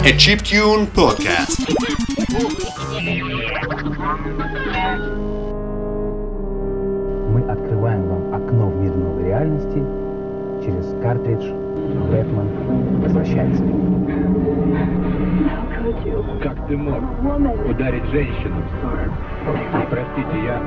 A Chiptune Podcast. Мы открываем вам окно в мир новой реальности через картридж «Бэтмен возвращается». Как ты мог ударить женщину? Простите, я...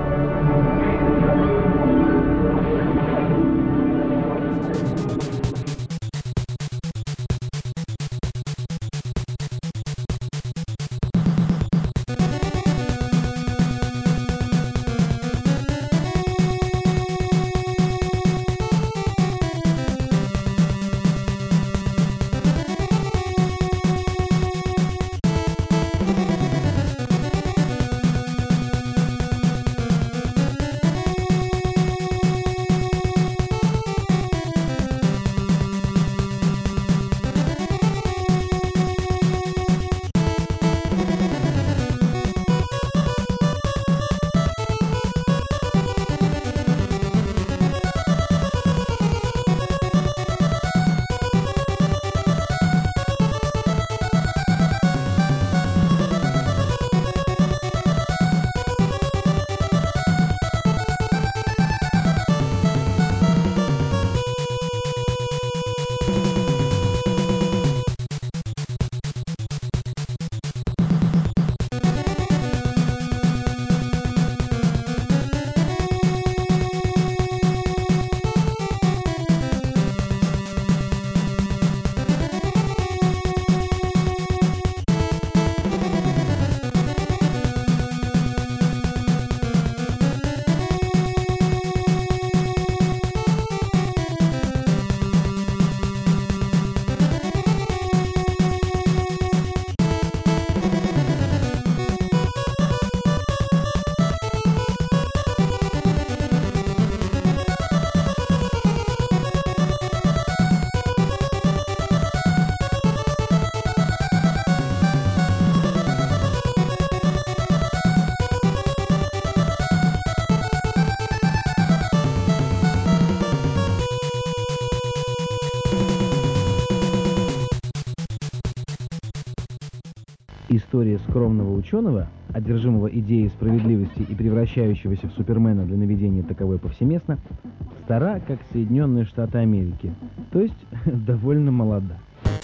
История скромного ученого, одержимого идеей справедливости и превращающегося в Супермена для наведения таковой повсеместно, стара, как Соединенные Штаты Америки, то есть довольно молода.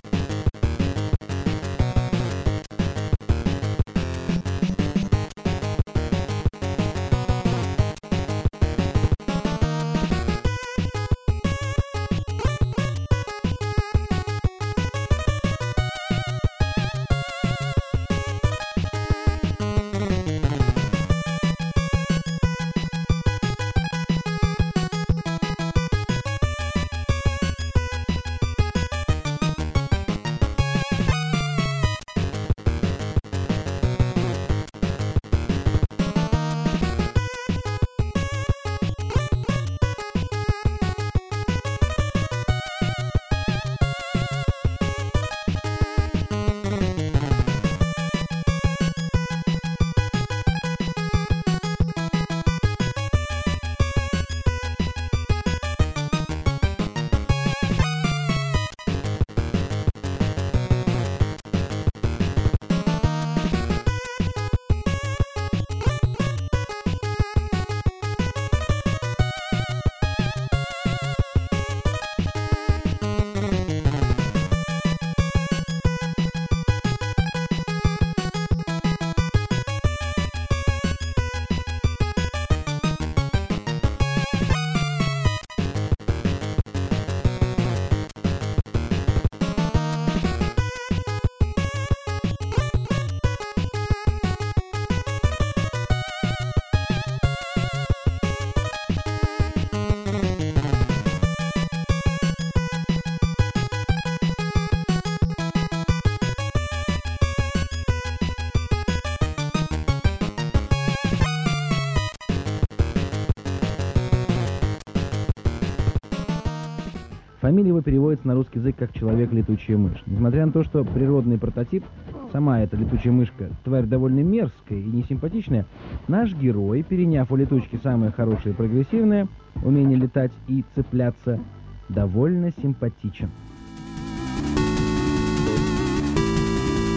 Фамилия его переводится на русский язык как «человек-летучая мышь». Несмотря на то, что природный прототип, сама эта летучая мышка, тварь довольно мерзкая и несимпатичная, наш герой, переняв у летучки самое хорошее и прогрессивное, умение летать и цепляться, довольно симпатичен.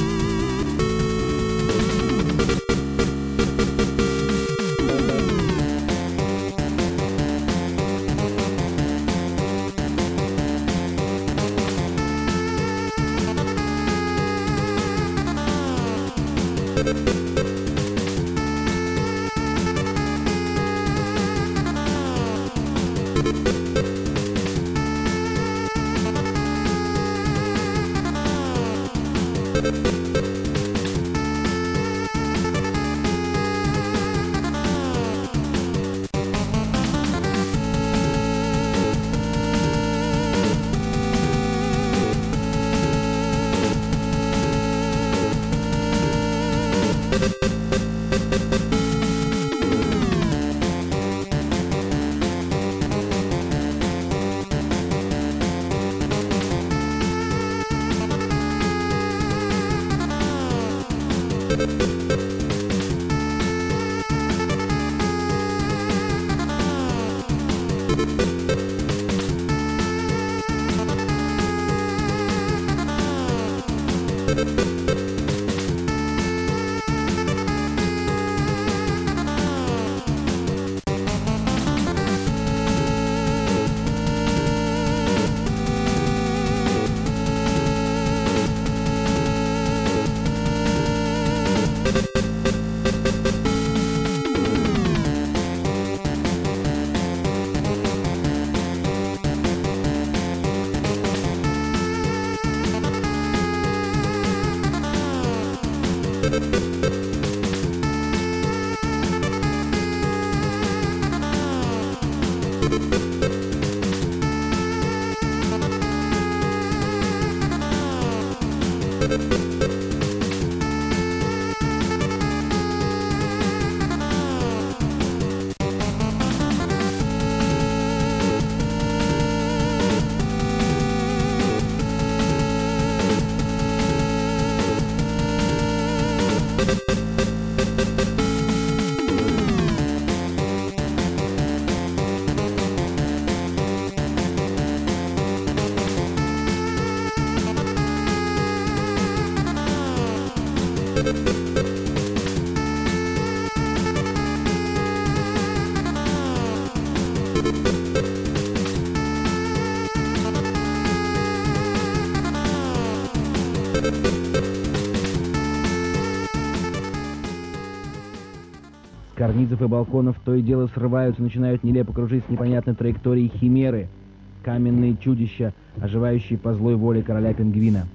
С карнизов и балконов то и дело срываются, начинают нелепо кружить с непонятной траекторией химеры, каменные чудища, оживающие по злой воле короля-пингвина.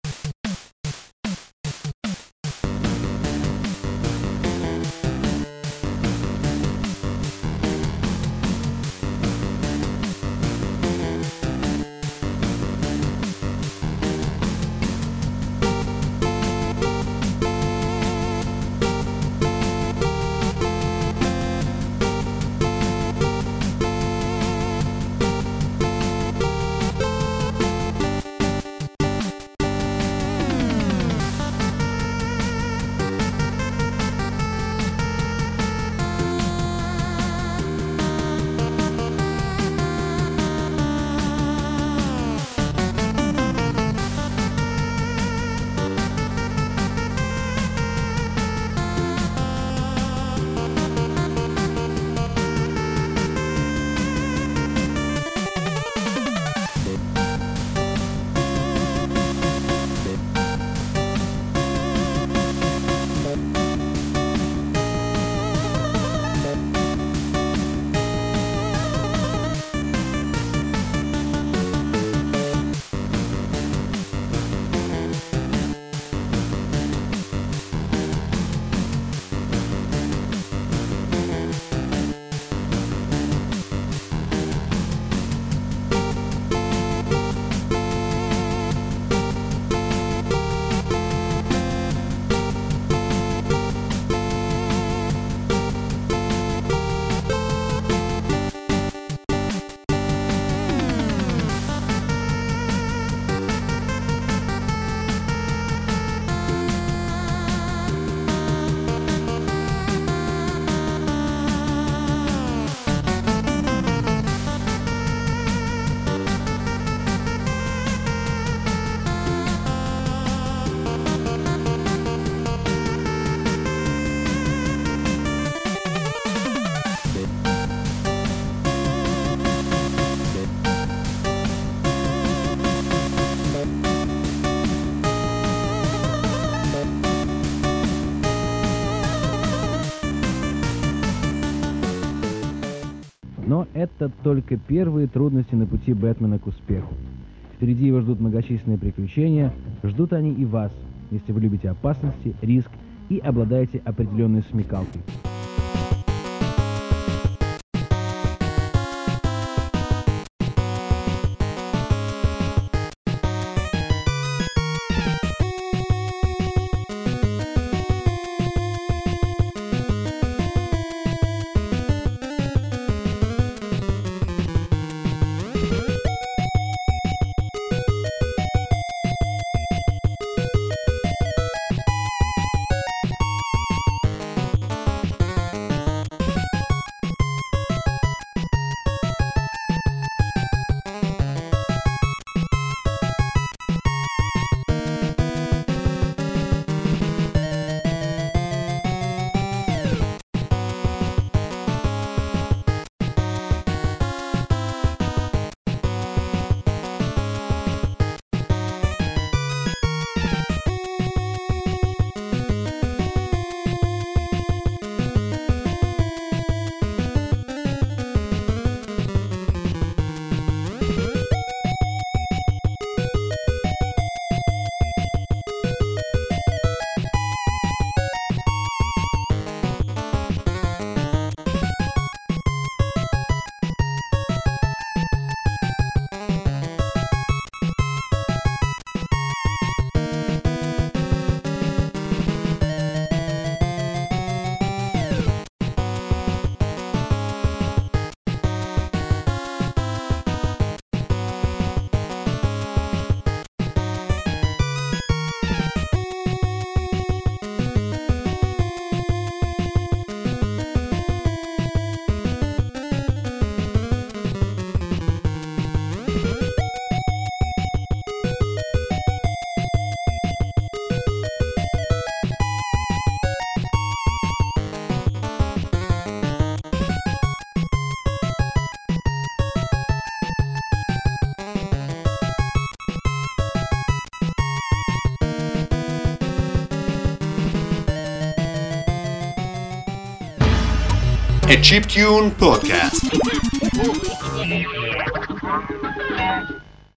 Но это только первые трудности на пути Бэтмена к успеху. Впереди его ждут многочисленные приключения, ждут они и вас, если вы любите опасности, риск и обладаете определенной смекалкой. A Chiptune Podcast.